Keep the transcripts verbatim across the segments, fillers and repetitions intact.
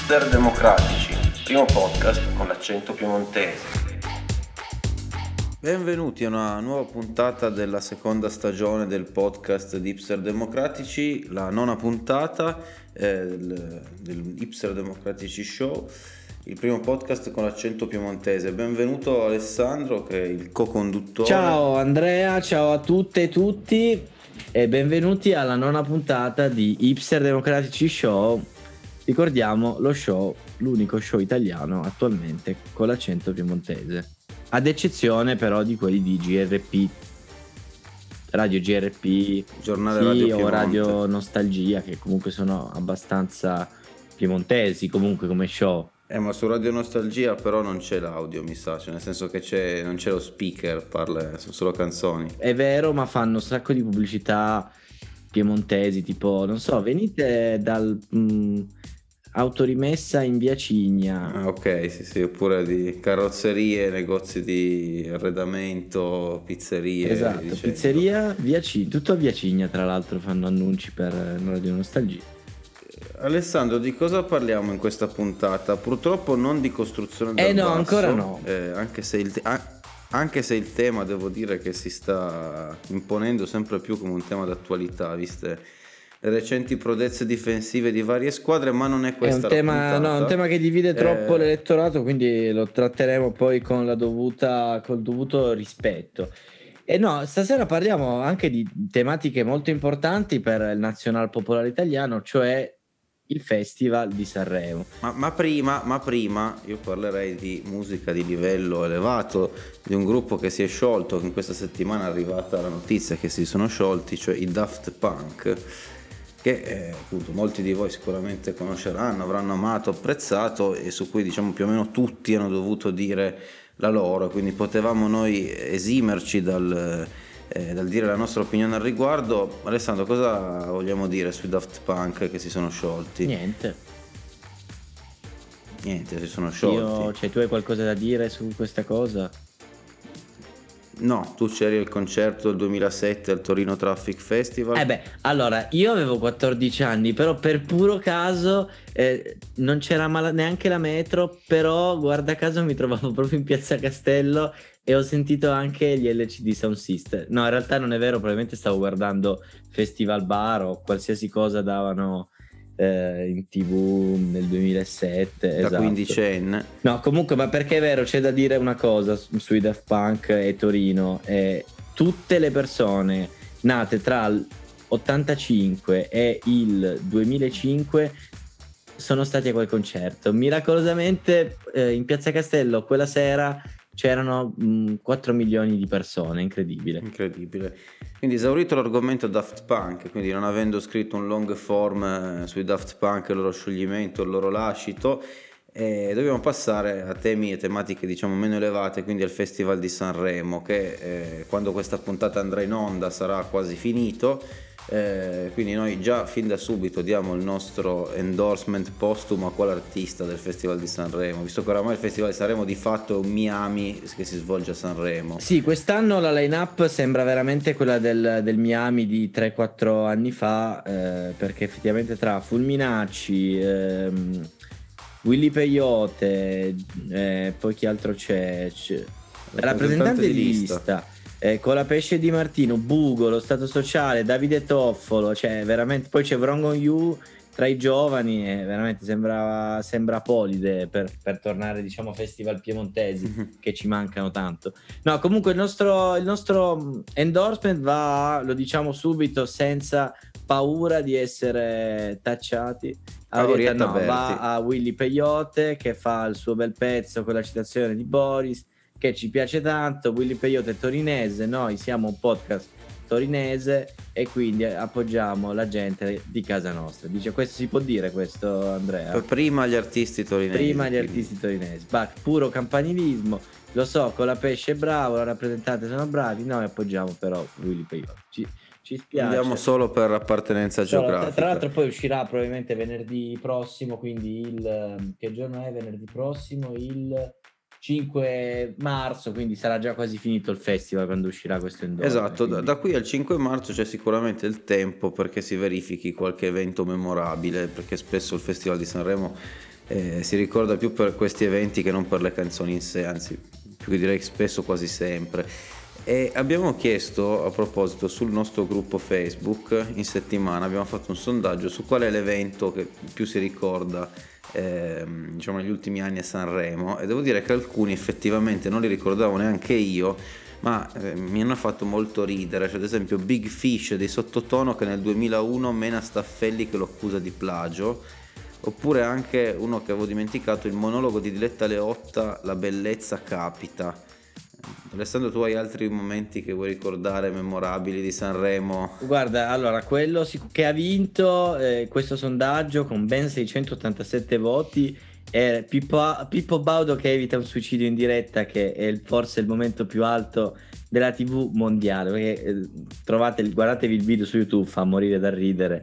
Hipster Democratici, primo podcast con l'accento piemontese. Benvenuti a una nuova puntata della seconda stagione del podcast di Hipster Democratici, la nona puntata eh, del, del Hipster Democratici Show, il primo podcast con l'accento piemontese. Benvenuto Alessandro, che è il co-conduttore. Ciao Andrea, ciao a tutte e tutti e benvenuti alla nona puntata di Hipster Democratici Show. Ricordiamo lo show, l'unico show italiano attualmente con l'accento piemontese, ad eccezione però di quelli di G R P, Radio G R P, Giornale sì, Radio o Piemonte. Radio Nostalgia, che comunque sono abbastanza piemontesi comunque come show. Eh, ma su Radio Nostalgia però non c'è l'audio, mi sa, cioè nel senso che c'è, non c'è lo speaker, parla, sono solo canzoni. È vero, ma fanno un sacco di pubblicità piemontesi, tipo, non so, venite dal mh, autorimessa in via Cigna. Ah, ok, sì, sì, oppure di carrozzerie, negozi di arredamento, pizzerie. Esatto, dicendo. pizzeria, via Cigna, tutto a via Cigna, tra l'altro fanno annunci per Radio Nostalgia. Alessandro, di cosa parliamo in questa puntata? Purtroppo non di costruzione dal Eh no, basso, ancora no. eh, anche se il te- a- anche se il tema, devo dire, che si sta imponendo sempre più come un tema d'attualità, viste le recenti prodezze difensive di varie squadre, ma non è È questa un la tema, puntata. no, un tema che divide troppo Eh, l'elettorato, quindi lo tratteremo poi con la dovuta, col dovuto rispetto. E no, stasera parliamo anche di tematiche molto importanti per il Nazional Popolare Italiano, cioè il Festival di Sanremo. Ma, ma, prima, ma prima io parlerei di musica di livello elevato, di un gruppo che si è sciolto, che in questa settimana è arrivata la notizia che si sono sciolti, cioè i Daft Punk, che eh, appunto molti di voi sicuramente conosceranno, avranno amato, apprezzato e su cui diciamo più o meno tutti hanno dovuto dire la loro, quindi potevamo noi esimerci dal... Eh, dal dire la nostra opinione al riguardo. Alessandro, cosa vogliamo dire sui Daft Punk che si sono sciolti? Niente. Niente, si sono sciolti. Io, cioè, tu hai qualcosa da dire su questa cosa? No, tu c'eri al concerto del duemilasette al Torino Traffic Festival. Eh beh, allora, io avevo quattordici anni, però per puro caso eh, non c'era mala- neanche la metro, però guarda caso mi trovavo proprio in Piazza Castello e ho sentito anche gli L C D Sound System. No, in realtà non è vero, probabilmente stavo guardando Festival Bar o qualsiasi cosa davano eh, in tv nel duemilasette. Da esatto. quindicenne. No, comunque, ma perché è vero, c'è da dire una cosa su- sui Daft Punk e Torino. Eh, tutte le persone nate tra l'ottantacinque e il duemilacinque sono stati a quel concerto. Miracolosamente eh, in Piazza Castello quella sera c'erano mh, quattro milioni di persone, incredibile. Incredibile. Quindi esaurito l'argomento Daft Punk, quindi non avendo scritto un long form eh, sui Daft Punk, il loro scioglimento, il loro lascito, eh, dobbiamo passare a temi e tematiche diciamo meno elevate, quindi al Festival di Sanremo, che eh, quando questa puntata andrà in onda sarà quasi finito. Eh, quindi noi già fin da subito diamo il nostro endorsement postumo a quell'artista del Festival di Sanremo, visto che oramai il Festival di Sanremo di fatto è un Miami che si svolge a Sanremo. Sì, quest'anno la line-up sembra veramente quella del, del Miami di tre quattro anni fa, eh, perché effettivamente tra Fulminacci, ehm, Willy Peyote, eh, poi chi altro c'è? c'è rappresentante di lista, eh, Colapesce Di Martino, Bugo, Lo Stato Sociale, Davide Toffolo, cioè veramente, poi c'è Wrong on You tra i giovani e veramente sembra, sembra Polide per, per tornare diciamo a festival piemontesi Mm-hmm. che ci mancano tanto. No, comunque il nostro, il nostro endorsement va, lo diciamo subito senza paura di essere tacciati. A Arietta, Orietta no, Berti. va a Willy Peyote che fa il suo bel pezzo con la citazione di Boris che ci piace tanto. Willy Peyote è torinese, noi siamo un podcast torinese e quindi appoggiamo la gente di casa nostra. Dice, questo si può dire questo, Andrea? Prima gli artisti torinesi. Prima gli quindi. artisti torinesi. Bah, puro campanilismo. Lo so, con la pesce è bravo, la rappresentante sono bravi, noi appoggiamo però Willy Peyote. Ci, ci spiace. Andiamo solo per appartenenza Solo- geografica. Tra l'altro poi uscirà probabilmente venerdì prossimo, quindi il... che giorno è venerdì prossimo? Il cinque marzo, quindi sarà già quasi finito il festival quando uscirà questo endorsement. Esatto, da, quindi- da qui al cinque marzo c'è sicuramente il tempo perché si verifichi qualche evento memorabile, perché spesso il Festival di Sanremo eh, si ricorda più per questi eventi che non per le canzoni in sé, anzi più che direi spesso quasi sempre. E abbiamo chiesto, a proposito, sul nostro gruppo Facebook in settimana abbiamo fatto un sondaggio su qual è l'evento che più si ricorda ehm, diciamo negli ultimi anni a Sanremo, e devo dire che alcuni effettivamente non li ricordavo neanche io, ma eh, mi hanno fatto molto ridere. Cioè, ad esempio Big Fish dei Sottotono, che nel duemilauno mena Staffelli che lo accusa di plagio, oppure anche uno che avevo dimenticato, il monologo di Diletta Leotta, La bellezza capita. Alessandro, tu hai altri momenti che vuoi ricordare memorabili di Sanremo? Guarda, allora, quello sic- che ha vinto eh, questo sondaggio con ben seicentottantasette voti è Pippo, Pippo Baudo che evita un suicidio in diretta, che è il- forse il momento più alto della T V mondiale, perché eh, trovate, guardatevi il video su YouTube, fa morire da ridere.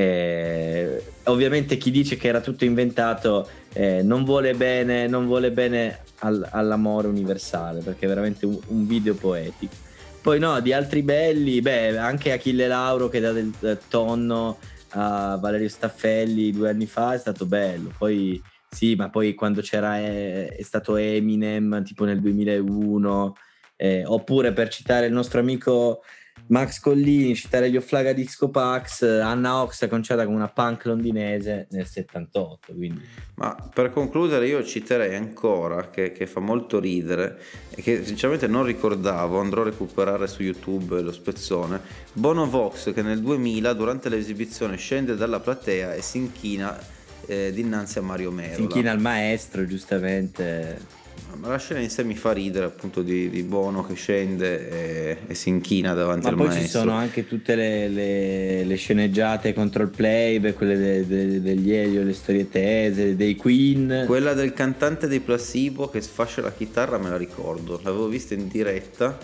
Eh, ovviamente chi dice che era tutto inventato eh, non vuole bene, non vuole bene al- all'amore universale, perché è veramente un, un video poetico. Poi no, di altri belli, beh, anche Achille Lauro che dà del, del tonno a Valerio Staffelli due anni fa è stato bello. Poi sì, ma poi quando c'era è, è stato Eminem tipo nel duemilauno, eh, oppure per citare il nostro amico Max Collini, citare gli Offlaga Disco Pax, Anna Ox conciata come una punk londinese nel settantotto, quindi Ma per concludere io citerei ancora, che, che fa molto ridere e che sinceramente non ricordavo, andrò a recuperare su YouTube lo spezzone, Bono Vox che nel duemila durante l'esibizione scende dalla platea e si inchina eh, dinanzi a Mario Merola. si inchina al maestro, giustamente. Ma la scena in sé mi fa ridere, appunto, di, di Bono che scende e, e si inchina davanti Ma al poi maestro. ci sono anche tutte le, le- le sceneggiate contro il playback, quelle de- de- degli Elio, le storie tese, dei Queen. Quella del cantante dei Placebo che sfascia la chitarra me la ricordo, l'avevo vista in diretta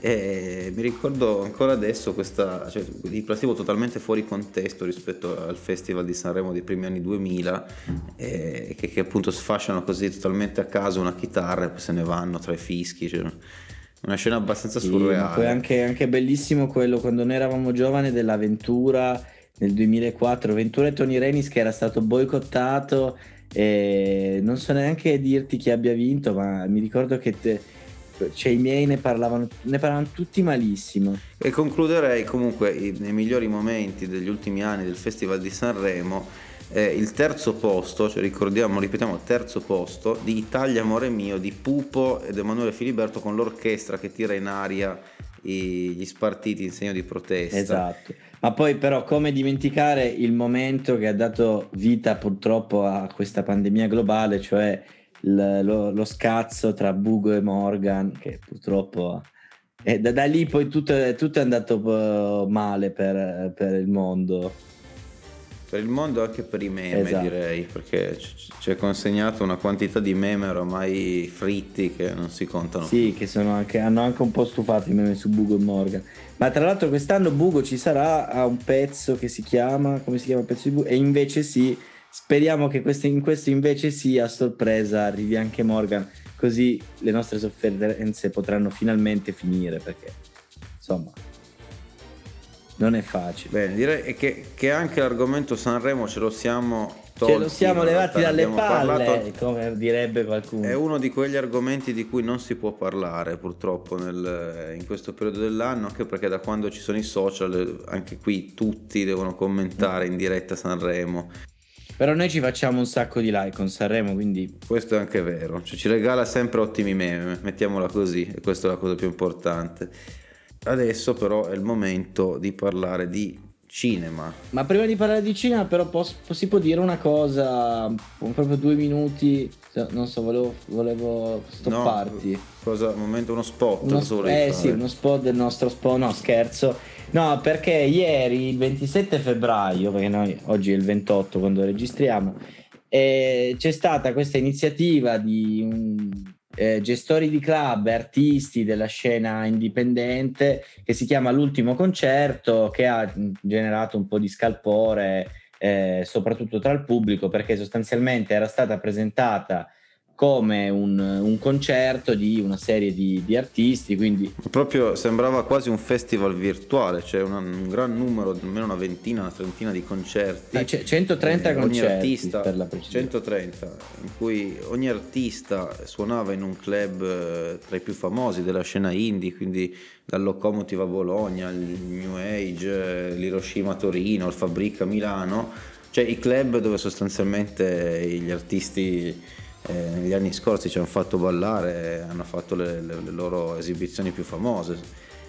e mi ricordo ancora adesso questa, cioè, i Placebo totalmente fuori contesto rispetto al Festival di Sanremo dei primi anni duemila, e che, che appunto sfasciano così totalmente a caso una chitarra e poi se ne vanno tra i fischi, cioè, una scena abbastanza Sì, surreale. ma poi anche, anche bellissimo quello quando noi eravamo giovani dell'Avventura nel duemilaquattro, Ventura e Tony Renis che era stato boicottato, e non so neanche dirti chi abbia vinto, ma mi ricordo che te- cioè, i miei ne parlavano, ne parlavano tutti malissimo. E concluderei comunque i- nei migliori momenti degli ultimi anni del Festival di Sanremo, eh, il terzo posto, cioè ricordiamo, ripetiamo, terzo posto di Italia Amore Mio di Pupo ed Emanuele Filiberto con l'orchestra che tira in aria i- gli spartiti in segno di protesta. Esatto, ma poi però come dimenticare il momento che ha dato vita purtroppo a questa pandemia globale, cioè il- lo, lo scazzo tra Bugo e Morgan, che purtroppo e da, da lì poi tutto, è- tutto è andato eh, male per, per il mondo. Per il mondo e anche per i meme, Esatto. direi, perché ci ci è consegnato una quantità di meme ormai fritti che non si contano Sì, più. che sono anche, hanno anche un po' stufato i meme su Bugo e Morgan. Ma tra l'altro quest'anno Bugo ci sarà a un pezzo che si chiama, come si chiama il pezzo di Bugo? E invece sì, speriamo che questo, in questo invece sì, a sorpresa arrivi anche Morgan, così le nostre sofferenze potranno finalmente finire, perché insomma non è facile. Bene, direi che, che anche l'argomento Sanremo ce lo siamo tolti. Ce lo siamo in levati realtà, ne dalle abbiamo palle, parlato. come direbbe È qualcuno. uno di quegli argomenti di cui non si può parlare purtroppo nel- in questo periodo dell'anno, anche perché da quando ci sono i social, anche qui tutti devono commentare in diretta Sanremo. Però noi ci facciamo un sacco di like con Sanremo, quindi Questo è anche vero, cioè, ci regala sempre ottimi meme, mettiamola così, e questa è la cosa più importante. Adesso però è il momento di parlare di cinema. Ma prima di parlare di cinema, però, pos- si può dire una cosa, un- proprio due minuti, se- non so, volevo, volevo stopparti. No, cosa, momento, uno spot, Uno, cosa sp- volevi eh fare? sì, uno spot del nostro spot, no scherzo. No, perché ieri, il ventisette febbraio, perché noi oggi è il ventotto quando registriamo, eh, c'è stata questa iniziativa di un, eh, gestori di club e artisti della scena indipendente che si chiama L'Ultimo Concerto, che ha mh, generato un po' di scalpore, eh, soprattutto tra il pubblico, perché sostanzialmente era stata presentata come un, un concerto di una serie di, di artisti, quindi proprio sembrava quasi un festival virtuale, cioè una, un gran numero, almeno una ventina, una trentina di concerti. Ah, c- centotrenta eh, concerti ogni artista, per la precisione. centotrenta, in cui ogni artista suonava in un club eh, tra i più famosi della scena indie, quindi dal Locomotive a Bologna, il New Age, eh, l'Hiroshima a Torino, il Fabrica a Milano, cioè i club dove sostanzialmente gli artisti Eh, negli anni scorsi ci hanno fatto ballare, hanno fatto le, le, le loro esibizioni più famose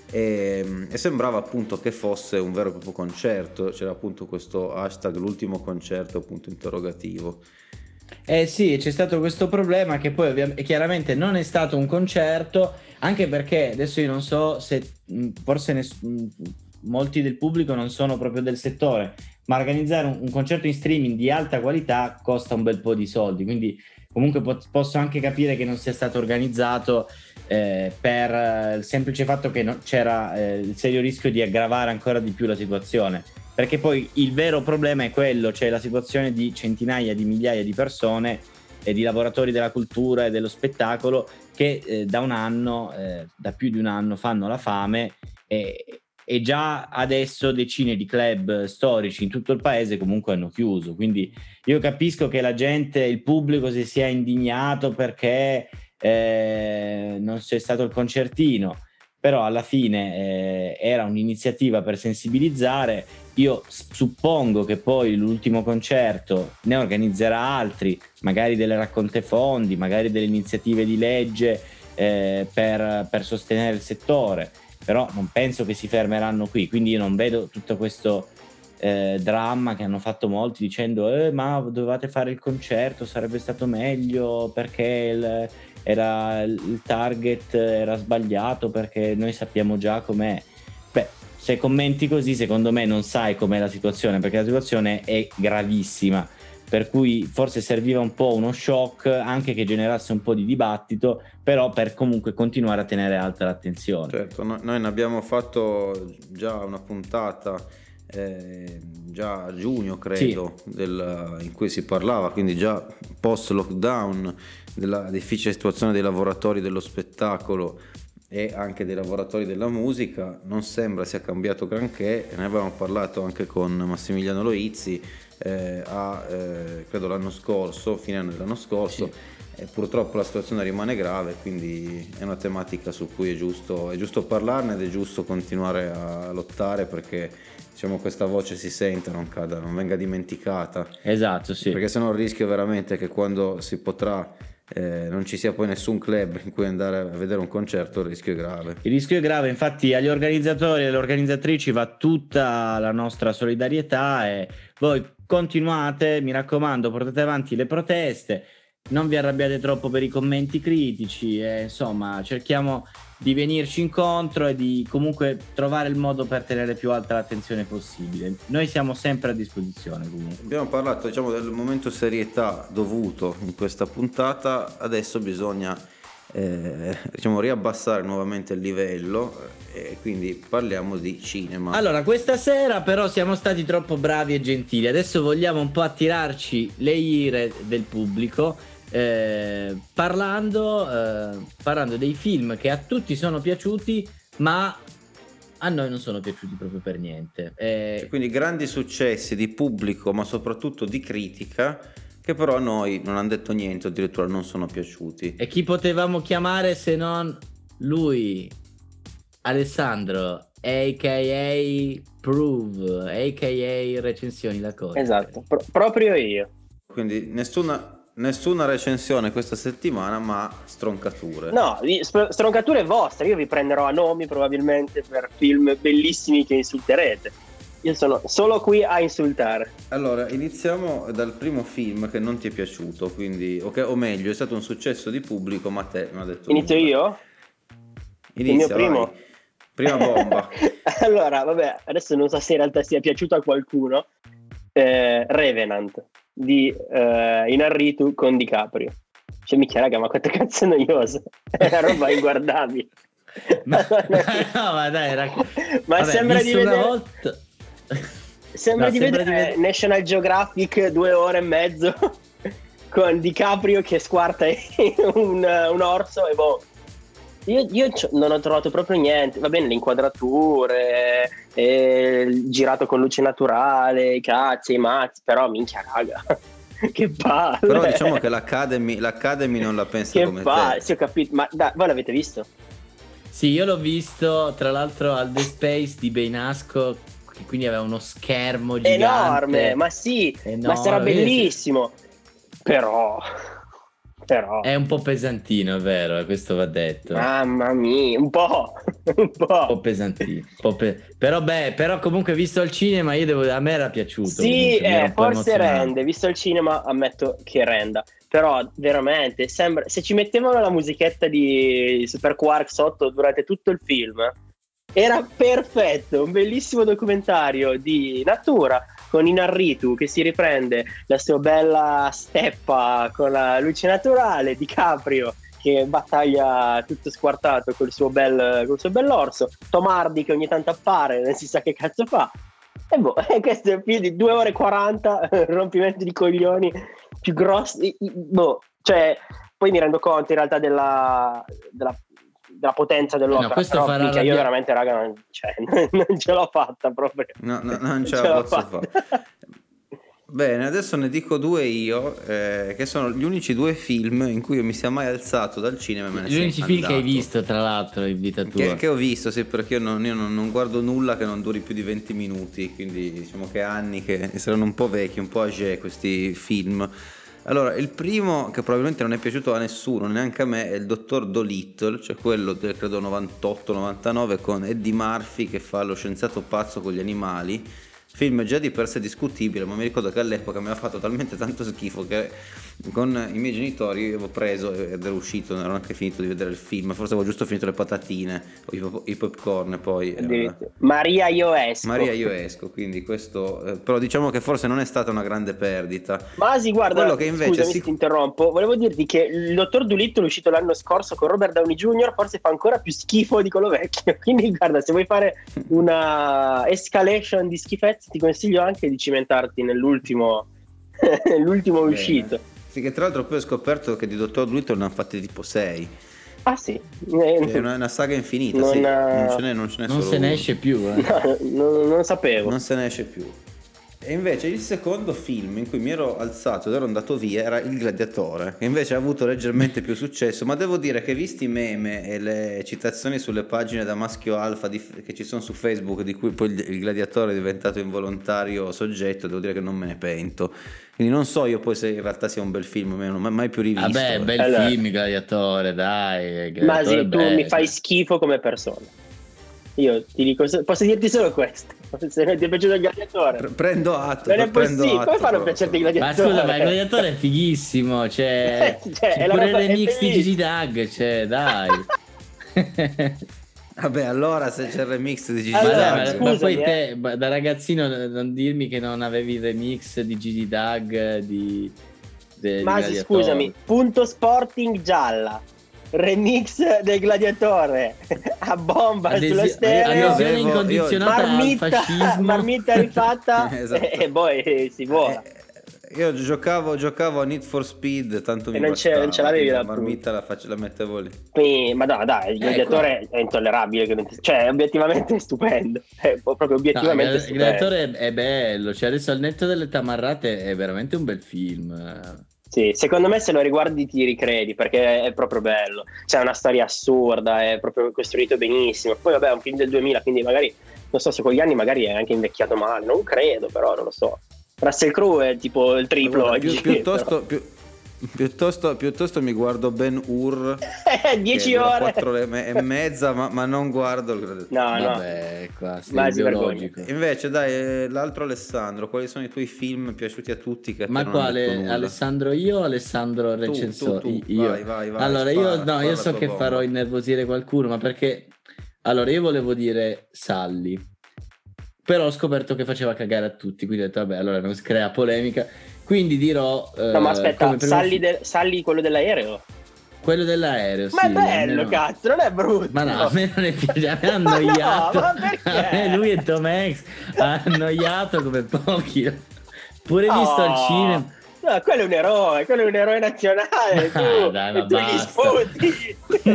e, e sembrava appunto che fosse un vero e proprio concerto, c'era appunto questo hashtag l'ultimo concerto punto interrogativo. Eh sì, c'è stato questo problema che poi ovviamente chiaramente non è stato un concerto, anche perché adesso io non so se forse ness- molti del pubblico non sono proprio del settore, ma organizzare un, un concerto in streaming di alta qualità costa un bel po' di soldi, quindi comunque po- posso anche capire che non sia stato organizzato eh, per il semplice fatto che no, c'era eh, il serio rischio di aggravare ancora di più la situazione, perché poi il vero problema è quello, cioè la situazione di centinaia di migliaia di persone e di lavoratori della cultura e dello spettacolo che eh, da un anno, eh, da più di un anno fanno la fame e, e già adesso decine di club storici in tutto il paese comunque hanno chiuso, quindi io capisco che la gente, il pubblico si sia indignato perché eh, non c'è stato il concertino, però alla fine eh, era un'iniziativa per sensibilizzare. Io suppongo che poi l'ultimo concerto ne organizzerà altri, magari delle raccolte fondi, magari delle iniziative di legge eh, per, per sostenere il settore, però non penso che si fermeranno qui, quindi io non vedo tutto questo eh, dramma che hanno fatto molti dicendo eh, ma dovevate fare il concerto, sarebbe stato meglio perché il, era, il target era sbagliato, perché noi sappiamo già com'è. Beh, se commenti così secondo me non sai com'è la situazione, perché la situazione è gravissima, per cui forse serviva un po' uno shock anche che generasse un po' di dibattito, però per comunque continuare a tenere alta l'attenzione. Certo, no, noi ne abbiamo fatto già una puntata eh, già a giugno credo sì. del, in cui si parlava, quindi già post lockdown, della difficile situazione dei lavoratori dello spettacolo e anche dei lavoratori della musica. Non sembra sia cambiato granché, ne avevamo parlato anche con Massimiliano Loizzi eh, a, eh, credo l'anno scorso, fine anno dell'anno scorso sì. E purtroppo la situazione rimane grave, quindi è una tematica su cui è giusto, è giusto parlarne ed è giusto continuare a lottare perché diciamo questa voce si senta, non cada, non venga dimenticata. Esatto, sì. Perché sennò il rischio è veramente che quando si potrà Eh, non ci sia poi nessun club in cui andare a vedere un concerto, il rischio è grave. Il rischio è grave, infatti agli organizzatori e alle organizzatrici va tutta la nostra solidarietà e voi continuate, mi raccomando, portate avanti le proteste, non vi arrabbiate troppo per i commenti critici e insomma cerchiamo di venirci incontro e di comunque trovare il modo per tenere più alta l'attenzione possibile. Noi siamo sempre a disposizione comunque. Abbiamo parlato diciamo del momento serietà dovuto in questa puntata, adesso bisogna eh, diciamo riabbassare nuovamente il livello e quindi parliamo di cinema. Allora questa sera però siamo stati troppo bravi e gentili, adesso vogliamo un po' attirarci le ire del pubblico Eh, parlando, eh, parlando dei film che a tutti sono piaciuti ma a noi non sono piaciuti proprio per niente eh, cioè, quindi grandi successi di pubblico ma soprattutto di critica che però a noi non hanno detto niente, addirittura non sono piaciuti. E chi potevamo chiamare se non lui, Alessandro a k a. Prove, a k a. Recensioni la cosa. Esatto, Pro- proprio io. Quindi nessuna Nessuna recensione questa settimana, ma stroncature. No, stroncature vostre. Io vi prenderò a nomi probabilmente per film bellissimi che insulterete. Io sono solo qui a insultare. Allora, iniziamo dal primo film che non ti è piaciuto, quindi, okay, o meglio, è stato un successo di pubblico, ma a te non ha detto Inizio nulla. io? Inizia, Il mio primo? vai. Prima bomba. Allora, vabbè, adesso non so se in realtà sia piaciuto a qualcuno. Eh, Revenant di uh, Inarritu con DiCaprio. Cioè mica raga, ma quanto cazzo è noioso. È una roba inguardabile. ma, no, ma dai raga. Ma Vabbè, sembra di vedere volta... sembra, no, di, sembra vedere di vedere National Geographic due ore e mezzo con DiCaprio che squarta un, un orso e boh. Io, io non ho trovato proprio niente. Va bene, le inquadrature, eh, girato con luce naturale, i cazzi, i mazzi, però minchia raga, che palle. Però diciamo che l'Academy, l'Academy non la pensa che come palle, te. sì, ho capito. Ma da, voi l'avete visto? Sì, io l'ho visto tra l'altro al The Space di Beinasco, che quindi aveva uno schermo gigante. Enorme, ma sì, enorme. ma sarà bellissimo. Però... Però. È un po' pesantino, è vero, questo va detto. Mamma mia, un po', un po'. Un po' pesantino. Un po' pe- però beh, però comunque visto al cinema io devo, a me era piaciuto. Sì, comunque, eh, forse rende, visto al cinema ammetto che renda. Però veramente sembra, se ci mettevano la musichetta di Super Quark sotto durante tutto il film, era perfetto, un bellissimo documentario di natura con Inarritu che si riprende la sua bella steppa con la luce naturale, DiCaprio che battaglia tutto squartato col suo bel col suo bell'orso, Tom Hardy che ogni tanto appare, non si sa che cazzo fa. E boh, questo è un film di due ore e quaranta, rompimento di coglioni più grossi, boh, cioè poi mi rendo conto in realtà della, della della potenza dell'opera, no, questo però farà minchia, rabbia- io veramente raga non, cioè, non ce l'ho fatta proprio, No, no, non ce la posso fare. Bene, adesso ne dico due io, eh, che sono gli unici due film in cui io mi sia mai alzato dal cinema e me ne Gli sia unici film che hai andato. visto, tra l'altro, in vita tua. Che, che ho visto, sì, perché io, non, io non, non guardo nulla che non duri più di venti minuti, quindi diciamo che anni che saranno un po' vecchi, un po' âgé questi film. Allora, il primo che probabilmente non è piaciuto a nessuno, neanche a me, è il Dottor Dolittle, cioè quello del credo novantotto novantanove con Eddie Murphy che fa lo scienziato pazzo con gli animali. Film già di per sé discutibile, ma mi ricordo che all'epoca mi aveva fatto talmente tanto schifo che con i miei genitori avevo preso ed ero uscito, non ero neanche finito di vedere il film, forse avevo giusto finito le patatine o i, pop- i popcorn e poi eh, Maria io esco Maria io esco, quindi questo eh, però diciamo che forse non è stata una grande perdita. Ma sì, guarda, quello che invece scusami si... ti interrompo, volevo dirti che il Dottor Dolittle uscito l'anno scorso con Robert Downey junior forse fa ancora più schifo di quello vecchio, quindi guarda, se vuoi fare una escalation di schifezze ti consiglio anche di cimentarti nell'ultimo l'ultimo Bene. uscito. Sì, che tra l'altro poi ho scoperto che di Dottor Dolittle ne hanno fatti tipo sei. Ah sì, Cioè, è una, una saga infinita, non, sì. uh, non ce n'è, non ce n'è non solo se ne uno. esce più, eh. no, non, non sapevo. Non se ne esce più. E invece il secondo film in cui mi ero alzato ed ero andato via era Il Gladiatore, che invece ha avuto leggermente più successo, ma devo dire che visti i meme e le citazioni sulle pagine da maschio alfa di, che ci sono su Facebook, di cui poi il, il gladiatore è diventato involontario soggetto, devo dire che non me ne pento. Quindi non so io poi se in realtà sia un bel film o meno, ma mai più rivisto. Vabbè, bel Allora. film, Gladiatore, dai. Gladiatore Ma sì, tu bello. mi fai schifo come persona. Io ti dico, posso dirti solo questo. Se non ti è piaciuto il gladiatore, Pre- prendo atto. non è prendo possibile. atto Come fanno a proprio. piacerti il Ma gladiatore? scusa, ma il Gladiatore è fighissimo, cioè, Cioè, c'è è la pure roba- il è remix di bellissimo. Gigi Dag, cioè, dai. Vabbè, allora se c'è il remix di Gigi Allora, ma, Dag- dai, ma- scusami, ma poi eh. te, ma da ragazzino non dirmi che non avevi il remix di Gigi Dag di, de- di Ma sì, Gladiatore. scusami, punto Sporting gialla. Remix del gladiatore a bomba Adesi- sullo stereo. adesione Io avevo- incondizionata al Marmitta, fascismo. marmitta rifatta Esatto. e poi si vola. Eh, io giocavo, giocavo a Need for Speed, tanto mi E non c'è- bastava, non ce l'avevi quindi la la marmitta la, faccio, la mettevo lì. Quindi, ma no, dai, il Ecco. gladiatore è intollerabile. che non ti- Cioè, obiettivamente è stupendo. È proprio No, obiettivamente il il stupendo. Gladiatore è bello, cioè adesso al netto delle tamarrate è veramente un bel film. Sì, secondo me se lo riguardi ti ricredi perché è proprio bello. C'è una storia assurda, è proprio costruito benissimo. Poi, vabbè, è un film del duemila, quindi magari non so se con gli anni magari è anche invecchiato male. Non credo, però non lo so. Russell Crowe è tipo il triplo Allora, oggi. più- piuttosto, più- piuttosto, piuttosto mi guardo Ben Hur, Eh, dieci che dura ore. quattro ore e mezza, ma, ma non guardo il gladiatore. No, no. Vabbè, qua sei Ma si ideologico. Invece dai, eh, l'altro Alessandro, quali sono i tuoi film piaciuti a tutti che a te Ma non hanno detto quale? nulla? Alessandro io o Alessandro Tu, recensore? tu, tu. Io. Vai, vai, vai, allora spara, io no, spara io la so tua che bomba. farò innervosire qualcuno, ma perché allora io volevo dire Sully, però ho scoperto che faceva cagare a tutti, quindi ho detto vabbè, allora non si crea polemica, quindi dirò eh, No, ma aspetta, come primo Sally, fi- del- Sally quello dell'aereo? quello dell'aereo, Ma sì, è bello, almeno- cazzo, non è brutto. Ma no, a me non è piaciuto, a me ha Ma no, annoiato. ma perché? A me lui e Tom Hanks ha annoiato come pochi. Pure Oh. visto al cinema. No, quello è un eroe, quello è un eroe nazionale. Tu, Ah, dai, ma tu gli basta. sputi.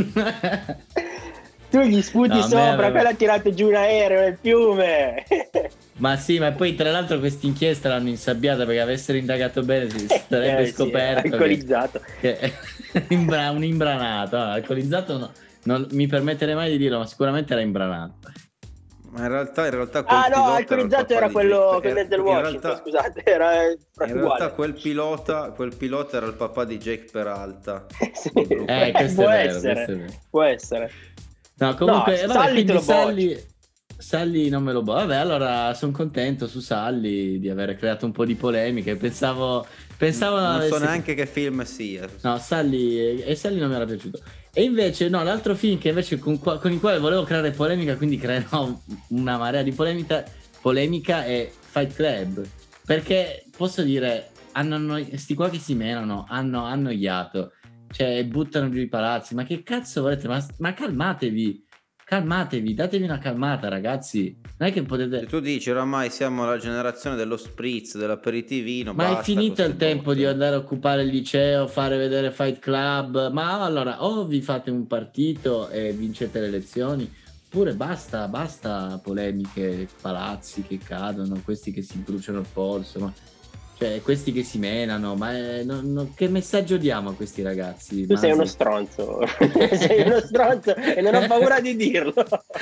Tu gli sputi No, a me sopra, aveva- quello ha tirato giù un aereo nel fiume. Ma sì, ma poi tra l'altro questa inchiesta l'hanno insabbiata perché avessero indagato bene si sarebbe Eh, sì, scoperto che- alcolizzato. che è imbra- un imbranato. Ah, alcolizzato no, non mi permetterei mai di dirlo, ma sicuramente era imbranato. Ma in realtà, in realtà quel Ah no, pilota alcolizzato il era papà di quello Jake- con era- Denzel in Washington, realtà- scusate, era In realtà uguale. quel pilota, quel pilota era il papà di Jake Peralta. Sì, del gruppo. Eh, questo può è vero, essere, questo è vero. può essere. No, comunque, No, vabbè, Sully quindi te lo Sully, Sully non me lo bo- Vabbè, allora sono contento su Sully di aver creato un po' di polemiche. Pensavo, pensavo Non so avessi- neanche che film sia. No, Sully e Sully non mi era piaciuto. E invece, no, l'altro film che invece con, qua- con il quale volevo creare polemica, quindi creerò una marea di polemica, polemica è Fight Club. Perché posso dire, hanno annoi- sti qua che si menano, hanno annoiato, cioè buttano giù i palazzi. Ma che cazzo volete? Ma, ma calmatevi, calmatevi, datevi una calmata, ragazzi. Non è che potete. Se tu dici oramai siamo la generazione dello spritz, dell'aperitivino, Ma basta è finito con il ste tempo botte. di andare a occupare il liceo, fare vedere Fight Club. Ma allora o vi fate un partito e vincete le elezioni, oppure basta, basta polemiche, palazzi che cadono, questi che si bruciano il polso, ma cioè questi che si menano. Ma è- non- non- che messaggio diamo a questi ragazzi? Tu sei Masi? uno stronzo, sei uno stronzo e non ho paura di dirlo.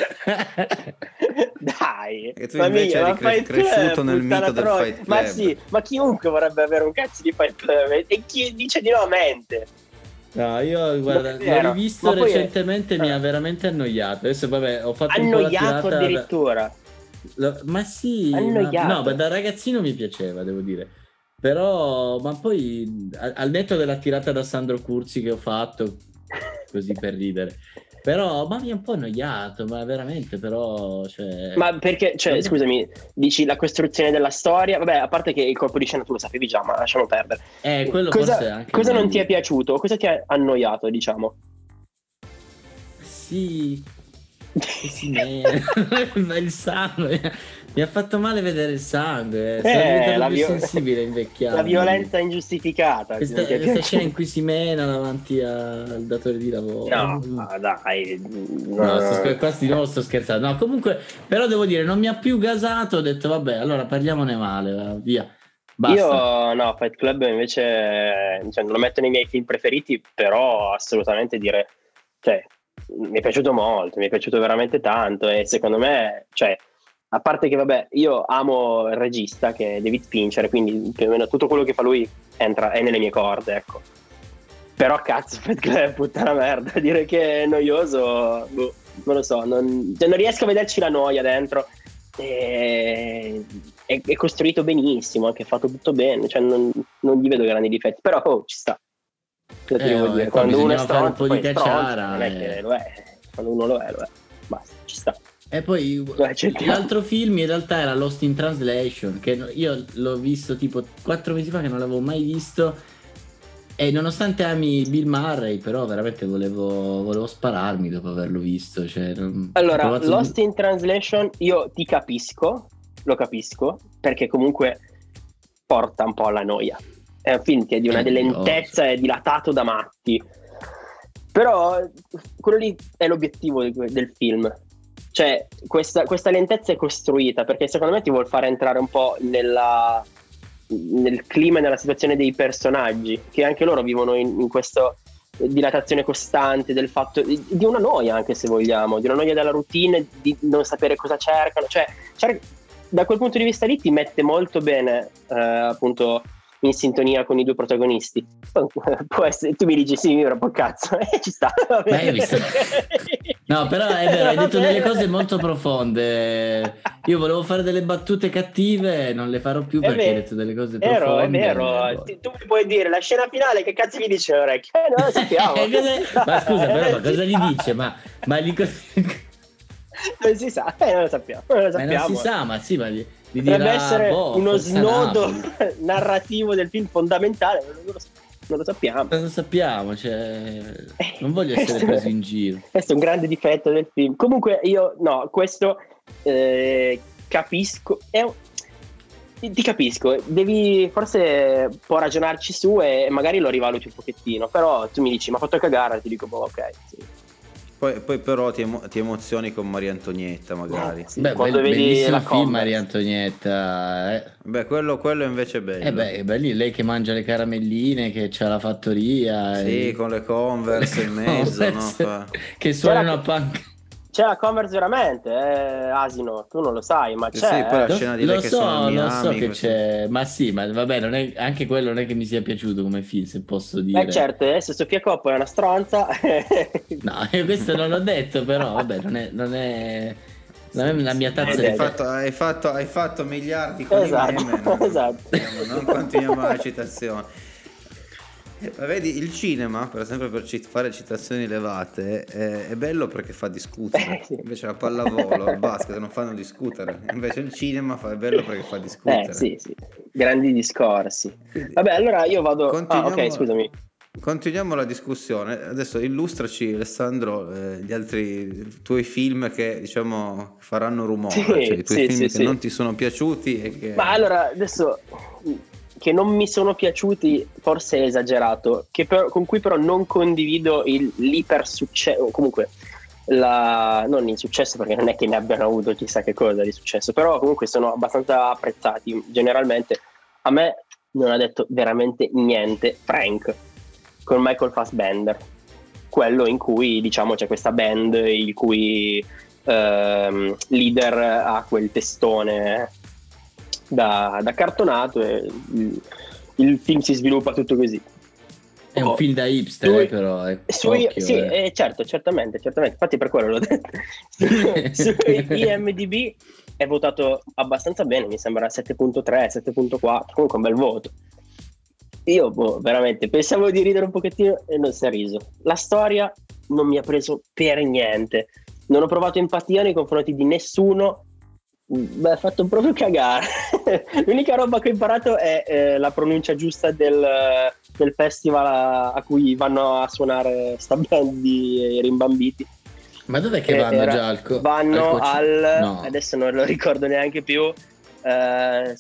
Dai, E tu ma invece mica, eri ma cre- Fight cresciuto Club, nel puttana mito del troia. Fight Ma Club. sì, ma chiunque vorrebbe avere un cazzo di Fight Club e chi dice di no mente. No, io guarda, Non è l'ho vero. rivisto Ma poi è- recentemente, mi ha eh. veramente annoiato. Adesso vabbè, ho fatto un po' la Annoiato tirata da- addirittura. Lo- ma sì, ma, Annoiato. no, ma da ragazzino mi piaceva, devo dire. Però, ma poi a- al netto della tirata da Sandro Curzi che ho fatto, così per ridere. Però, ma mi è un po' annoiato, ma veramente, però, cioè... Ma perché, cioè, Non- scusami, dici la costruzione della storia? Vabbè, a parte che il colpo di scena tu lo sapevi già, ma lasciamo perdere. Eh, quello cosa forse è anche cosa non meglio. ti è piaciuto? Cosa ti ha annoiato, diciamo? Sì, che si mena, il sangue. Mi ha fatto male vedere il sangue. Sono Eh, diventato la più vio- sensibile invecchiando. La violenza ingiustificata. Questa, non ti è questa piaciuta? scena in cui si mena davanti al datore di lavoro. No, ma dai. No, sto, scher- qua di nuovo sto scherzando. No, comunque, però devo dire, non mi ha più gasato. Ho detto, vabbè, allora parliamone male, va, via. Basta. Io no, Fight Club invece cioè, non lo metto nei miei film preferiti, però assolutamente dire, cioè, mi è piaciuto molto, mi è piaciuto veramente tanto e secondo me, cioè, a parte che vabbè, io amo il regista che è David Fincher, quindi più o meno tutto quello che fa lui entra, è nelle mie corde, ecco. Però cazzo, Fight Club è puttana merda, dire che è noioso, boh, non lo so, non, cioè, non riesco a vederci la noia dentro. E, è, è costruito benissimo, anche fatto tutto bene, cioè non, non gli vedo grandi difetti, però oh, ci sta. Cosa ti Eh, devo vabbè, dire? qua Quando uno è bisognava fare un stronzo, po' poi di è stronzo, cacciara, non è eh. che lo è. Quando uno lo è, lo è. Basta, ci sta. E poi Lo accettiamo. l'altro film in realtà era Lost in Translation, che no- io l'ho visto tipo quattro mesi fa, che non l'avevo mai visto. E nonostante ami Bill Murray, però veramente volevo, volevo spararmi dopo averlo visto. Cioè, non- ho Allora, provato- Lost in Translation, io ti capisco, lo capisco, perché comunque porta un po' alla noia. È un film che è di una È lentezza, è dilatato da matti. Però quello lì è l'obiettivo di que- del film. Cioè, questa, questa lentezza è costruita perché secondo me ti vuol fare entrare un po' nella, nel clima e nella situazione dei personaggi, che anche loro vivono in, in questa dilatazione costante del fatto di, di una noia, anche se vogliamo, di una noia della routine, di non sapere cosa cercano. Cioè, cer- da quel punto di vista lì ti mette molto bene, eh, appunto, in sintonia con i due protagonisti. Può essere, tu mi dici sì, mi rompo il cazzo, e ci sta. Va Ma hai bene. visto? No, però è vero, hai Va detto delle bene. cose molto profonde. Io volevo fare delle battute cattive, non le farò più È perché hai vero, detto delle cose è vero, profonde. è vero. Eh, boh. Ti- tu mi puoi dire la scena finale, che cazzo gli dice all'orecchio? Eh, non lo sappiamo. Eh, cosa- ma scusa, però, ma cosa gli dice? Ma, ma gli co- Non si sa, eh, non lo sappiamo. Non lo ma non sappiamo. si sa, ma sì, ma gli, gli Potrebbe dirà, essere boh, uno forse snodo Napoli. narrativo del film fondamentale, non lo, non lo sappiamo. Non lo sappiamo, cioè, non voglio essere Questo- preso in giro. Questo è un grande difetto del film. Comunque io, no, questo eh, capisco. È un- ti capisco, devi forse un po' ragionarci su e magari lo rivaluti un pochettino, però tu mi dici ma ha fatto cagare, ti dico boh, ok, sì. Poi, poi però ti, emo- ti emozioni con Maria Antonietta magari. Eh, sì, Beh, quando be- vedi bellissimo la film Converse. Maria Antonietta. Eh. Beh, quello, quello invece è bello. Eh beh, beh, lì lei che mangia le caramelline, che c'ha la fattoria. Sì, e- con le Converse le in mezzo, no? Converse Fa- che suonano C'era- a punk. C'è la Converse veramente, eh, asino, tu non lo sai, ma Sì, c'è. sì, poi la eh. Lo, scena di lo lei che so, sono a lo Miami, so che questo- c'è, ma sì, ma vabbè, non è, anche quello non è che mi sia piaciuto come film, se posso dire. Eh certo, adesso Sofia Coppola è una stronza. No, io questo non l'ho detto, però vabbè, non è, non è, non è la mia tazza Eh, di hai, eh, tè. fatto, hai, fatto, hai fatto miliardi con Esatto, i meme, no? esatto. Non continuiamo la citazione. Eh, ma vedi, il cinema, per esempio, per cit- fare citazioni elevate, eh, è bello perché fa discutere. Eh, sì. Invece la pallavolo, il basket non fanno discutere. Invece il cinema fa, è bello perché fa discutere. Eh sì, sì, grandi discorsi. Vabbè, allora io vado... Ah, Continuiamo- ok, scusami. Continuiamo la discussione. Adesso illustraci, Alessandro, eh, gli altri tuoi film che diciamo faranno rumore, Sì, cioè i tuoi sì, film sì, che sì. non ti sono piaciuti e che... Ma allora, adesso, che non mi sono piaciuti, forse è esagerato, che però- con cui però non condivido il, l'iper successo, comunque, la, non il successo perché non è che ne abbiano avuto chissà che cosa di successo, però comunque sono abbastanza apprezzati. Generalmente a me non ha detto veramente niente Frank, con Michael Fassbender, quello in cui diciamo c'è questa band il cui ehm, leader ha quel testone da, da cartonato e il, il film si sviluppa tutto così. È un Oh, film da hipster, sui- eh, però. eh, sui- occhio, sì, eh. eh, certo, certamente, certamente, infatti per quello l'ho detto. Su I M D B è votato abbastanza bene, mi sembra sette virgola tre, sette virgola quattro, comunque un bel voto. Io boh, veramente pensavo di ridere un pochettino e non si è riso. La storia non mi ha preso per niente, non ho provato empatia nei confronti di nessuno. Beh, ha fatto proprio cagare. L'unica roba che ho imparato è eh, la pronuncia giusta del, del festival a, a cui vanno a suonare sta band di Rimbambiti. Ma dov'è che Eh, vanno era- già al co- vanno al coci- al No. adesso non lo ricordo neanche più. eh,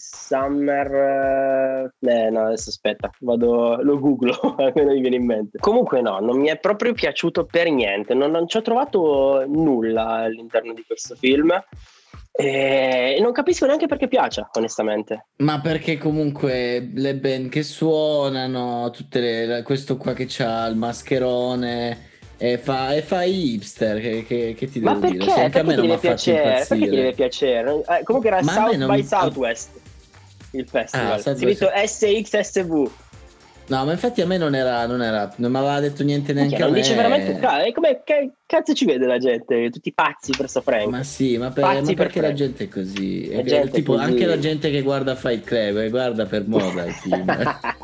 Summer eh, eh, no adesso aspetta, vado, lo googlo almeno mi viene in mente. Comunque no, non mi è proprio piaciuto per niente, non, non ci ho trovato nulla all'interno di questo film e non capisco neanche perché piaccia, onestamente. Ma perché comunque le band che suonano, tutte le, questo qua che c'ha il mascherone e fa, e fa hipster, che, che, che ti Ma devo dire? perché? Cioè, anche a Perché me ti non mi deve ha fatto piacere? Perché ti impazzire. deve piacere? Eh, comunque era Ma a me South non- by Southwest il festival. Ah, South Si by è visto S X S V. No, ma infatti a me non era, non era, non mi aveva detto niente neanche Minchia, a non me. dice veramente ca- e come che cazzo ci vede la gente? Tutti pazzi per sto Frank. Ma sì, ma, per- Pazzi ma per perché la Frank. gente è così? La È che- gente è tipo, così. anche la gente che guarda Fight Club, eh, guarda per moda il film.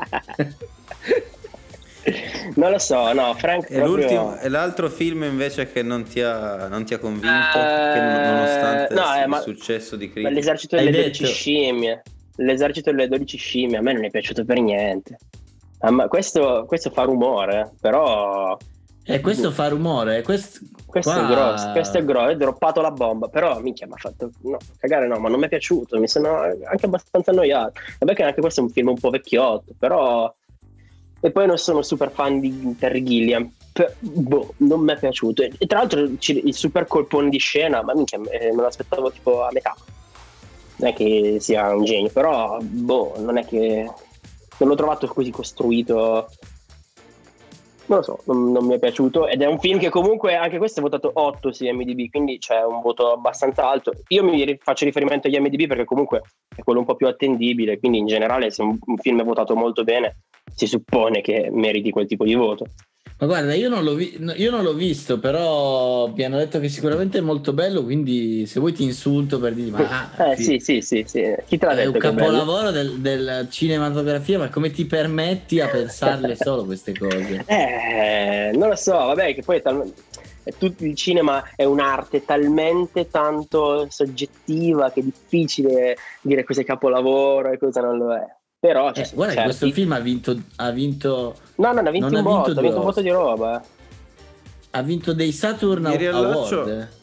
Non lo so, no, Frank E, proprio... l'ultimo, e l'altro film invece che non ti ha, non ti ha convinto, Eh, che non- nonostante no, eh, il ma- successo di Ma critica. l'esercito Hai delle detto- dodici scimmie. L'esercito delle dodici scimmie a me non è piaciuto per niente. Ah, ma questo, questo fa rumore, però E questo fa rumore, questo, questo qua- è grosso, questo è grosso, è droppato la bomba, però minchia mi ha fatto no, cagare no, ma non mi è piaciuto, mi sono anche abbastanza annoiato. Vabbè che anche questo è un film un po' vecchiotto, però e poi non sono super fan di Terry Gilliam. P- boh, non mi è piaciuto. E, e tra l'altro ci- il super colpone di scena, ma minchia, eh, me lo aspettavo tipo a metà. Non è che sia un genio, però boh, non è che non l'ho trovato così costruito. Non lo so, non, non mi è piaciuto ed è un film che comunque anche questo è votato otto su I M D B, quindi c'è un voto abbastanza alto. Io mi ri- faccio riferimento agli I M D B perché comunque è quello un po' più attendibile, quindi in generale se un, un film è votato molto bene si suppone che meriti quel tipo di voto. Ma guarda, io non, l'ho vi- no, io non l'ho visto, però mi hanno detto che sicuramente è molto bello, quindi se vuoi ti insulto per dire, ma ah, Eh sì, sì, sì, sì. Chi te l'ha è detto un che è bello? capolavoro del, del cinematografia, ma come ti permetti a pensarle solo queste cose? Eh, non lo so, vabbè, che poi è tal- è tutto il cinema è un'arte talmente tanto soggettiva che è difficile dire cosa è capolavoro e cosa non lo è. Però Eh, cioè, guarda che certi- questo film ha vinto, ha vinto, No, no, ne ha vinto non un ha vinto botto, ha due vinto un botto di roba. eh. ha vinto dei Saturn Mi riallaccio- Award.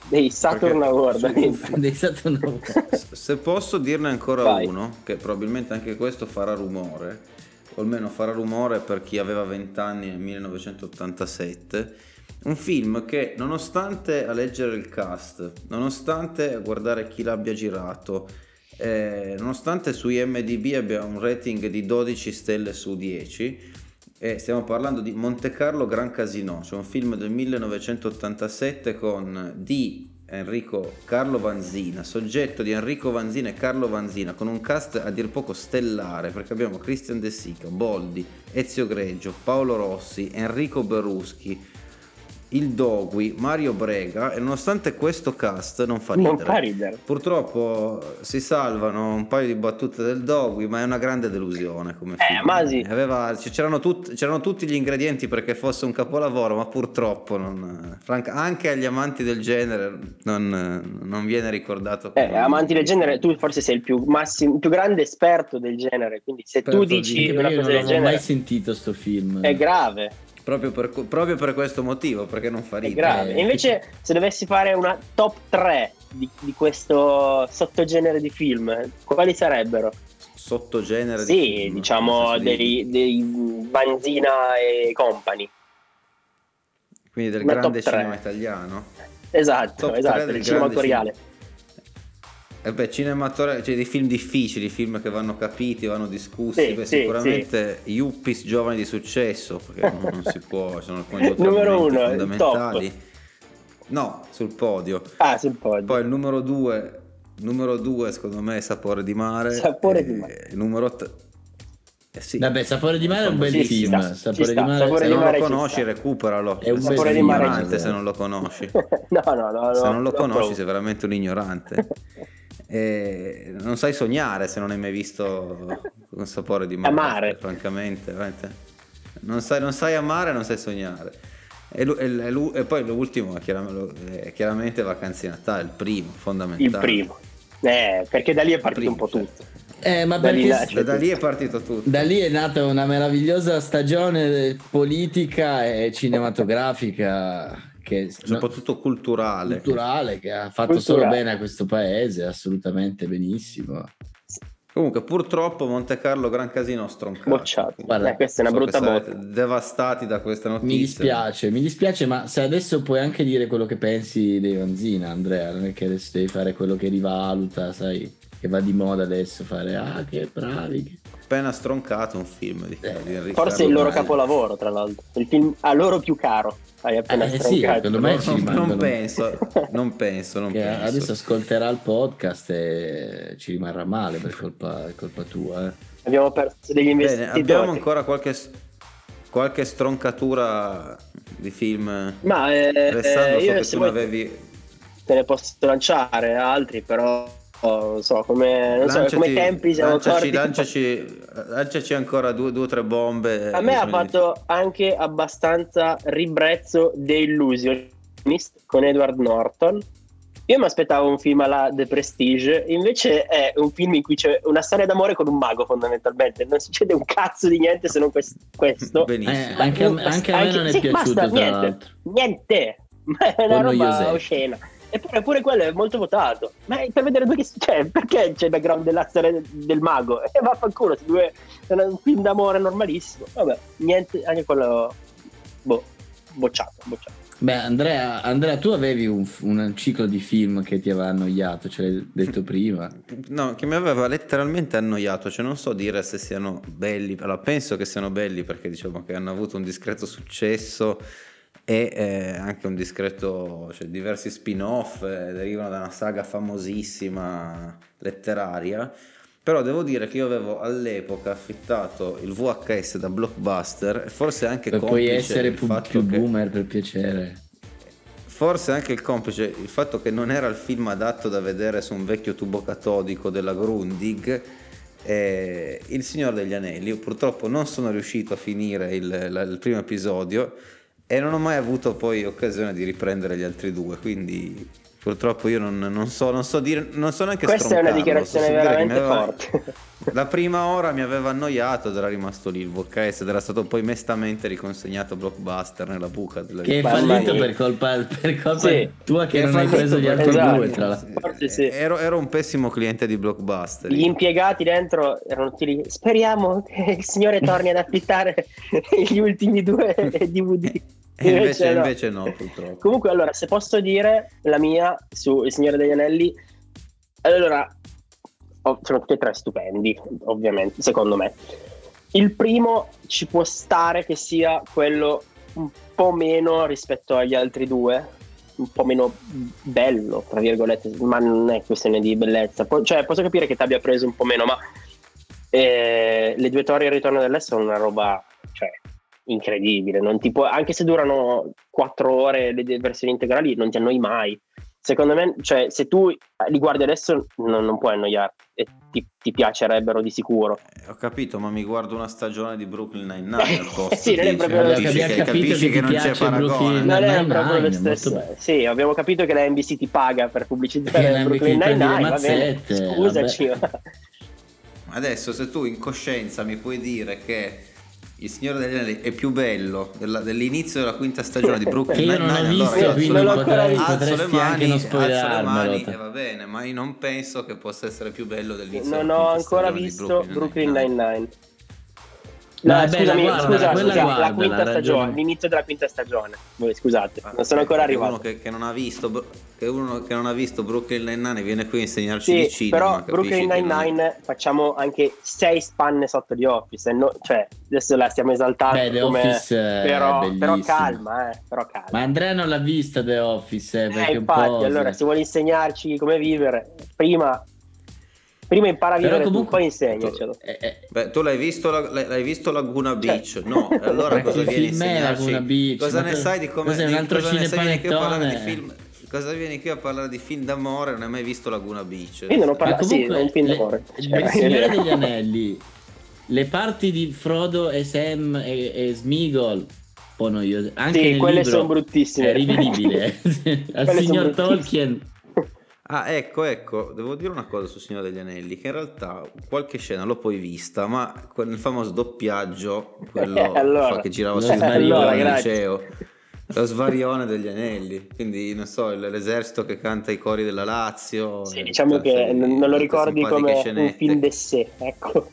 dei Saturn Perché Award. su- Dei Saturn Award. Se posso dirne ancora Vai. uno, che probabilmente anche questo farà rumore, o almeno farà rumore per chi aveva venti anni nel millenovecentottantasette, un film che, nonostante a leggere il cast, nonostante a guardare chi l'abbia girato, eh, nonostante su I M D B abbia un rating di dodici stelle su dieci, e stiamo parlando di Monte Carlo Gran Casino, cioè un film del millenovecentottantasette con di Enrico Carlo Vanzina, soggetto di Enrico Vanzina e Carlo Vanzina, con un cast a dir poco stellare, perché abbiamo Christian De Sica, Boldi, Ezio Greggio, Paolo Rossi, Enrico Beruschi, il Dogui, Mario Brega, e nonostante questo cast non fa ridere. Non fa ridere. Purtroppo si salvano un paio di battute del Dogui, ma è una grande delusione come Eh, film. ma sì. Aveva, c'erano, tut- c'erano tutti gli ingredienti perché fosse un capolavoro, ma purtroppo non, franca- anche agli amanti del genere non, non viene ricordato. Eh, come- amanti del genere, tu forse sei il più, massimo, il più grande esperto del genere, quindi se tu Esperto dici di- Anche una perché io cosa non del avevo mai genere sentito sto film. è grave. Proprio per, proprio per questo motivo, perché non fa È ridere. grave. Eh, Invece, se dovessi fare una top tre di, di questo sottogenere di film, quali sarebbero? Sottogenere di Sì, film, diciamo nel senso di- dei, dei Vanzina e company. quindi del una grande top tre. cinema italiano. Esatto, Top tre esatto, del il cinema grande autoriale. E beh, cinematografo, cioè dei film difficili, film che vanno capiti, vanno discussi. Sì, Beh, sì, sicuramente Yuppies giovani di successo, perché non, non si può, sono alcuni altri Numero argomenti uno, il fondamentali. No, sul podio. Ah, sul podio. Poi il numero due, numero due secondo me è Sapore di mare. Sapore e di mare. Il numero tre. Eh sì. Vabbè, Sapore di mare è un bel Sì, ci film. sta, ci Sapore sta. di mare, Sapore Se di non mare lo ci conosci, sta. recuperalo. È un sei Sapore un di mare ci ignorante sta. se non lo conosci. no, no, no, Se no, non lo no, conosci provo. sei veramente un ignorante. E non sai sognare se non hai mai visto un Sapore di mare. Amare. Francamente, veramente. Non sai, non sai amare, non sai sognare. E, lu- e- e lu- e poi l'ultimo è chiaramente, è chiaramente Vacanze di Natale, il primo, fondamentale. Il primo. Eh, perché da lì è partito primo, un po' certo. tutto. Eh, ma Da lì perché nasce Da, da lì è partito tutto. da lì è nata una meravigliosa stagione politica e cinematografica che Soprattutto culturale. culturale che ha fatto Culturale. solo bene a questo paese, assolutamente benissimo. Comunque, purtroppo Monte Carlo Gran Casino stroncato. Bocciato. Guarda, Eh, questa è una So che brutta sarete botta. devastati da questa notizia. Mi dispiace, mi dispiace, ma se adesso puoi anche dire quello che pensi dei Vanzina, Andrea, non è che adesso devi fare quello che rivaluta, sai, che va di moda adesso fare ah che bravi. che-". Appena stroncato un film di, Eh, di Enrico Forse è il loro Carlo capolavoro, tra l'altro. Il film a loro più caro. Hai appena Eh, sì, stroncato. secondo me ci non, rimangono- non penso, non penso, non Che penso. adesso ascolterà il podcast e ci rimarrà male per colpa, è colpa tua. Eh. Abbiamo perso degli Bene, investitori. abbiamo ancora qualche, qualche stroncatura di film. Ma eh, Alessandro, eh, so io che se tu vuoi ne avevi. te ne posso lanciare altri, però oh, non so come, non so, come i tempi siamo lanciaci, corti. lanciaci, lanciaci ancora due o tre bombe. A me ha Bisogna- fatto anche abbastanza ribrezzo The Illusionist con Edward Norton. Io mi aspettavo un film alla The Prestige, invece è un film in cui c'è una storia d'amore con un mago fondamentalmente, non succede un cazzo di niente se non quest- questo. Benissimo. Eh, anche, a me- anche a me non è sì, piaciuto, basta, tra niente, l'altro. niente, ma è una O roba noiosetta. oscena. Eppure pure quello è molto votato. Ma è per vedere due che cioè, perché c'è il background della storia del, del mago? E vaffanculo, se due è un film d'amore normalissimo. Vabbè, niente, anche quello boh, bocciato, bocciato. Beh, Andrea, Andrea, tu avevi un, un ciclo di film che ti aveva annoiato, ce l'hai detto prima. No, che mi aveva letteralmente annoiato, cioè non so dire se siano belli, allora penso che siano belli perché diciamo che hanno avuto un discreto successo e eh, anche un discreto, cioè diversi spin-off, eh, derivano da una saga famosissima letteraria, però devo dire che io avevo all'epoca affittato il V H S da Blockbuster e forse anche Per poi complice essere il più, fatto più che- boomer, per piacere. Forse anche il complice il fatto che non era il film adatto da vedere su un vecchio tubo catodico della Grundig, eh, Il Signore degli Anelli. Io purtroppo non sono riuscito a finire il, la- il primo episodio e non ho mai avuto poi occasione di riprendere gli altri due, quindi purtroppo io non, non so non so dire, non so neanche Questa è una stroncarlo, dichiarazione so dire che mi veramente aveva- forte. la prima ora mi aveva annoiato ed era rimasto lì il V H S ed era stato poi mestamente riconsegnato a Blockbuster nella buca della Che è Mamma fallito mia. per colpa, per colpa Sì. tua che Che è non hai fallito preso gli per- altri esatto. due, tra l'altro. Forse sì. ero, ero un pessimo cliente di Blockbuster. Gli impiegati dentro erano tutti lì, speriamo che il signore torni ad affittare gli ultimi due D V D. E invece, no. invece no, purtroppo. Comunque, allora, se posso dire la mia su Il Signore degli Anelli, allora, oh, sono tutti e tre stupendi, ovviamente, secondo me. Il primo ci può stare che sia quello un po' meno rispetto agli altri due, un po' meno bello, tra virgolette, ma non è questione di bellezza. Po- cioè, posso capire che ti abbia preso un po' meno, ma eh, le due torri e il ritorno dell'est sono una roba, cioè, incredibile. Non ti può, anche se durano quattro ore le, le versioni integrali, non ti annoi mai. Secondo me, cioè, se tu li guardi adesso non, non puoi annoiarti e ti, ti piacerebbero di sicuro. Eh, ho capito, ma mi guardo una stagione di Brooklyn Nine-Nine al posto. Sì, non è dici, proprio lo capisci stesso. che, Abbiamo capito capisci che che ti non c'è piace paragone. Brooklyn Non è Nine-Nine, proprio lo è stesso. molto- Sì, abbiamo capito che la N B C ti paga per Che pubblicizzare la Brooklyn N B C prendi le Nine-Nine, va bene. mazzette, Scusaci. Adesso se tu in coscienza mi puoi dire che Il Signore degli Anelli è più bello della- dell'inizio della quinta stagione di Brooklyn Che io non Nine-Nine, ho visto, allora io quindi alzo le- potrei- alzo le potresti anche mani, non alzo le spoilerarmelo. mani e va bene, ma io non penso che possa essere più bello dell'inizio Non della ho quinta ancora stagione di visto Brooklyn Nine-Nine. No, No, è bella, scusami, guarda, scusa, quella scusa, la guardala, quinta ragione. stagione, l'inizio della quinta stagione. Voi, scusate, non sono ancora Perché arrivato. uno che, che non ha visto Bro- che uno che non ha visto Brooklyn Nine-Nine viene qui a insegnarci Sì, di cinema, però capisci Brooklyn che non è- Nine-Nine facciamo anche sei spanne sotto di Office, e no- cioè adesso la stiamo esaltando Beh, The come... Office è però, però bellissimo. calma, eh, però calma. Ma Andrea non l'ha vista The Office, eh, perché Eh, un infatti, po'... allora se vuoi insegnarci come vivere, prima, prima impara a Però vivere tu, comunque- poi insegnacelo. Eh, eh, Beh, tu l'hai visto, la- l'hai l'hai visto Laguna Beach? Cioè- No, e allora Ma cosa che vieni a film è insegnarci? Laguna Beach? Cosa Ma ne tu- sai di come cos'è, un di- altro cosa ne sai vieni qui a parlare di cinepanettone? film? Cosa vieni qui a parlare di film d'amore? Non hai mai visto Laguna Beach? Io non ho Ma parlato, sì, è comunque, un film le- d'amore. il Cioè, Signore degli Anelli, le parti di Frodo e Sam e, e Smigol, un po' noiose. Anche Sì, nel quelle libro sono bruttissime. è rivedibile. Al Quelle signor sono Tolkien. Ah, ecco, ecco, devo dire una cosa sul Signore degli Anelli, che in realtà qualche scena l'ho poi vista, ma quel- nel famoso doppiaggio, quello Allora, fa- che girava lo sui svarione. video Allora, al grazie. liceo, lo svarione degli Anelli, quindi non so, il- l'esercito che canta i cori della Lazio. Sì, eh, diciamo tutte che serie di- non non lo tutte ricordi simpatiche come un scenette. film de sé, ecco,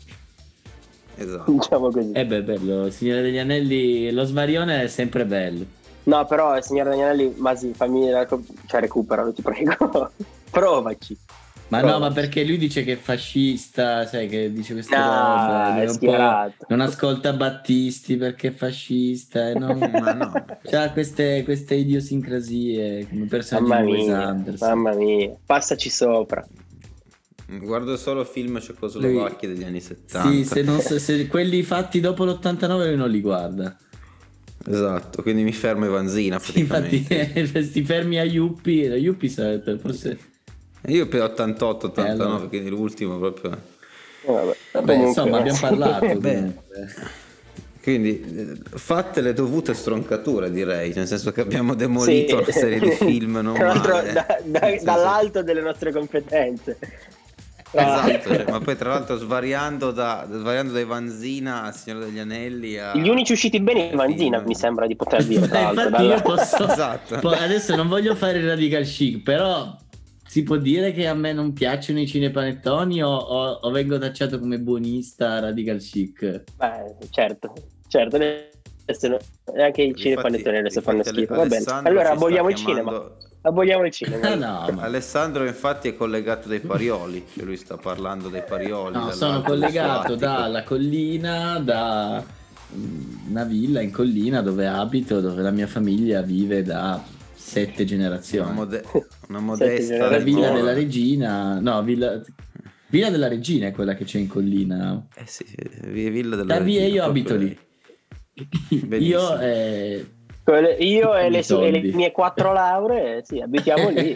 Esatto. diciamo così. Eh beh, bello, il Signore degli Anelli, lo svarione è sempre bello. No, però il Signore degli Anelli, Masi, fammi la- cioè recuperalo, ti prego. Provaci. Ma Però- no, ma perché lui dice che è fascista, sai, che dice queste No, robe, lui è un po' schierato. non ascolta Battisti perché è fascista, e non... Ma no. c'ha queste, queste idiosincrasie come personaggi Mamma di Wes mia, Anderson. mamma mia, passaci sopra. Guardo solo film cecoslovacchi degli anni settanta. Sì, se, non so- se quelli fatti dopo l'ottantanove lui non li guarda. Esatto, quindi mi fermo e vanzina Sì, infatti praticamente. eh, ti fermi a Yuppie, la Yuppie sarebbe forse... Io per ottantotto ottantanove, Eh, allora. quindi l'ultimo proprio. Eh, Vabbè, Vabbè, comunque- insomma, abbiamo parlato. Beh. comunque. Quindi eh, fatte le dovute stroncature, direi, nel senso che abbiamo demolito Sì. una serie di film non Tra l'altro male. da- da- Nel senso- dall'alto delle nostre competenze. Esatto, cioè, ma poi tra l'altro svariando, da, svariando dai Vanzina al Signore degli Anelli a... Gli unici usciti bene in Vanzina, film. mi sembra di poter dire. Tra Eh, l'altro, infatti dalla- io posso... Esatto. po- adesso non voglio fare il radical chic, però si può dire che a me non piacciono i cinepanettoni o, o, o vengo tacciato come buonista radical chic? Beh, certo, certo. Adesso no- anche i cinepanettoni adesso fanno Infatti, schifo. Va bene. Alessandro Allora ci sta aboliamo il chiamando- cinema. Aboliamo il cinema. Ah, no, ma- Alessandro infatti è collegato dai Parioli, che lui sta parlando dei Parioli. no, dall'Alto sono collegato Adriatico. dalla collina, da mm, una villa in collina dove abito, dove la mia famiglia vive da sette una, generazioni. mode- una modesta generazioni. La villa zona. della regina, no, villa, villa della regina è quella che c'è in collina. Eh sì, sì, Villa della Da via Regina, io proprio abito lì. Benissimo. Io eh, Quelle- Io e le, I su- e le soldi. mie quattro lauree, sì, abitiamo lì.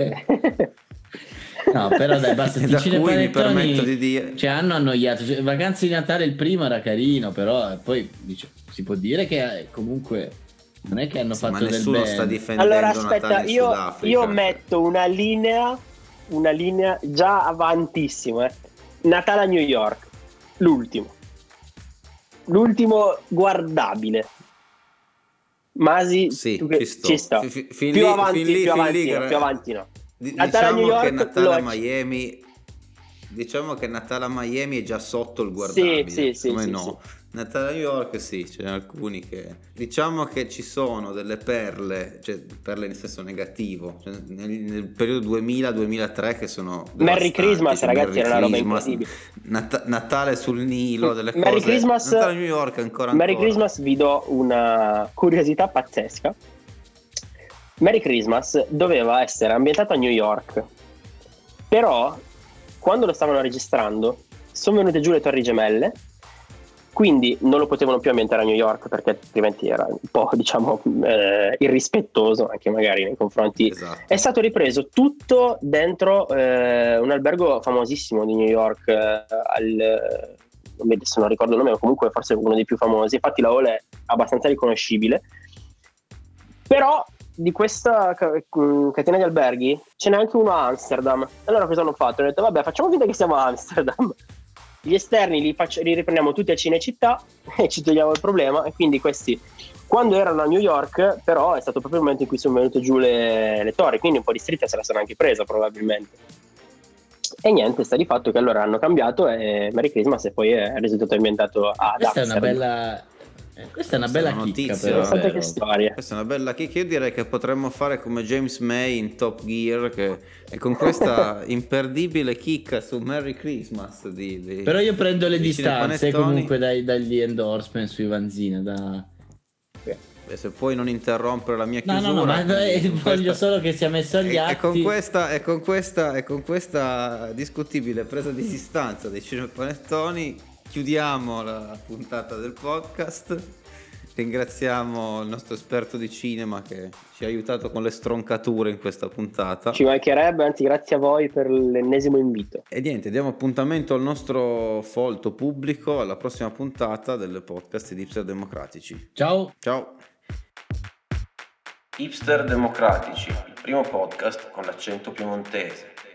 no, però dai, basta, E sti da cui mi permetto cinepanettoni di dire cioè, hanno annoiato. Cioè, Vacanze di Natale il primo era carino, però eh, poi dice, si può dire che eh, comunque Non è che hanno Sì, fatto ma del nessuno bene. sta difendendo Allora aspetta, Natale in io, Sudafrica. io metto una linea, una linea già avantissimo, eh. Natale a New York, l'ultimo. L'ultimo guardabile. Masi, Sì, tu che- ci sto. ci sta. Fi- fi- fin più lì- avanti, fin lì- più fin avanti, lì no, che- più avanti no. Di- Natale a New diciamo che York Natale lo a acc- Miami diciamo che Natale a Miami è già sotto il Sì, guardabile, sì, sì, come sì, no? Natale a New York sì, ce ne sono alcuni che diciamo che ci sono delle perle, cioè perle in senso negativo, cioè, nel, nel periodo duemila duemilatré che sono Merry devastanti, Christmas, cioè ragazzi, Merry era una roba Christmas, incredibile. Nat- Natale sul Nilo, delle Merry cose. Christmas, Natale a New York ancora Merry ancora. Christmas, vi do una curiosità pazzesca. Merry Christmas doveva essere ambientato a New York, però quando lo stavano registrando sono venute giù le Torri Gemelle, quindi non lo potevano più ambientare a New York perché altrimenti era un po', diciamo, eh, irrispettoso anche magari nei confronti. Esatto. È stato ripreso tutto dentro eh, un albergo famosissimo di New York, eh, al, non mi- adesso non ricordo il nome, ma comunque forse uno dei più famosi. Infatti la hall è abbastanza riconoscibile. Però di questa ca- mh, catena di alberghi ce n'è anche uno a Amsterdam. Allora cosa hanno fatto? Hanno detto vabbè, facciamo finta che siamo a Amsterdam. Gli esterni li, faccio- li riprendiamo tutti a Cinecittà e ci togliamo il problema. E quindi questi, quando erano a New York, però è stato proprio il momento in cui sono venute giù le, le torri, quindi un po' di stretta se la sono anche presa probabilmente. E niente, sta di fatto che allora hanno cambiato e Merry Christmas e poi è risultato ambientato ad Questa è una Amsterdam. bella eh, questa è una Questa è bella una chicca, notizia, però, Pensate vero? che storia. Questa è una bella chicca. Io direi che potremmo fare come James May in Top Gear, che e con questa imperdibile chicca su Merry Christmas di, di- Però io prendo le di distanze Cinepanettoni. comunque dai- dagli endorsement sui Vanzine. Da... Beh, se puoi non interrompere la mia No, chiusura, no, no, ma quindi eh, con voglio questa- solo che sia messo agli e, atti. e con questa e con questa e con questa discutibile presa di distanza dei Cinepanettoni chiudiamo la puntata del podcast. Ringraziamo il nostro esperto di cinema che ci ha aiutato con le stroncature in questa puntata. Ci mancherebbe, anzi grazie a voi per l'ennesimo invito. E niente, diamo appuntamento al nostro folto pubblico alla prossima puntata del podcast di Hipster Democratici. Ciao. Ciao. Hipster Democratici, il primo podcast con l'accento piemontese.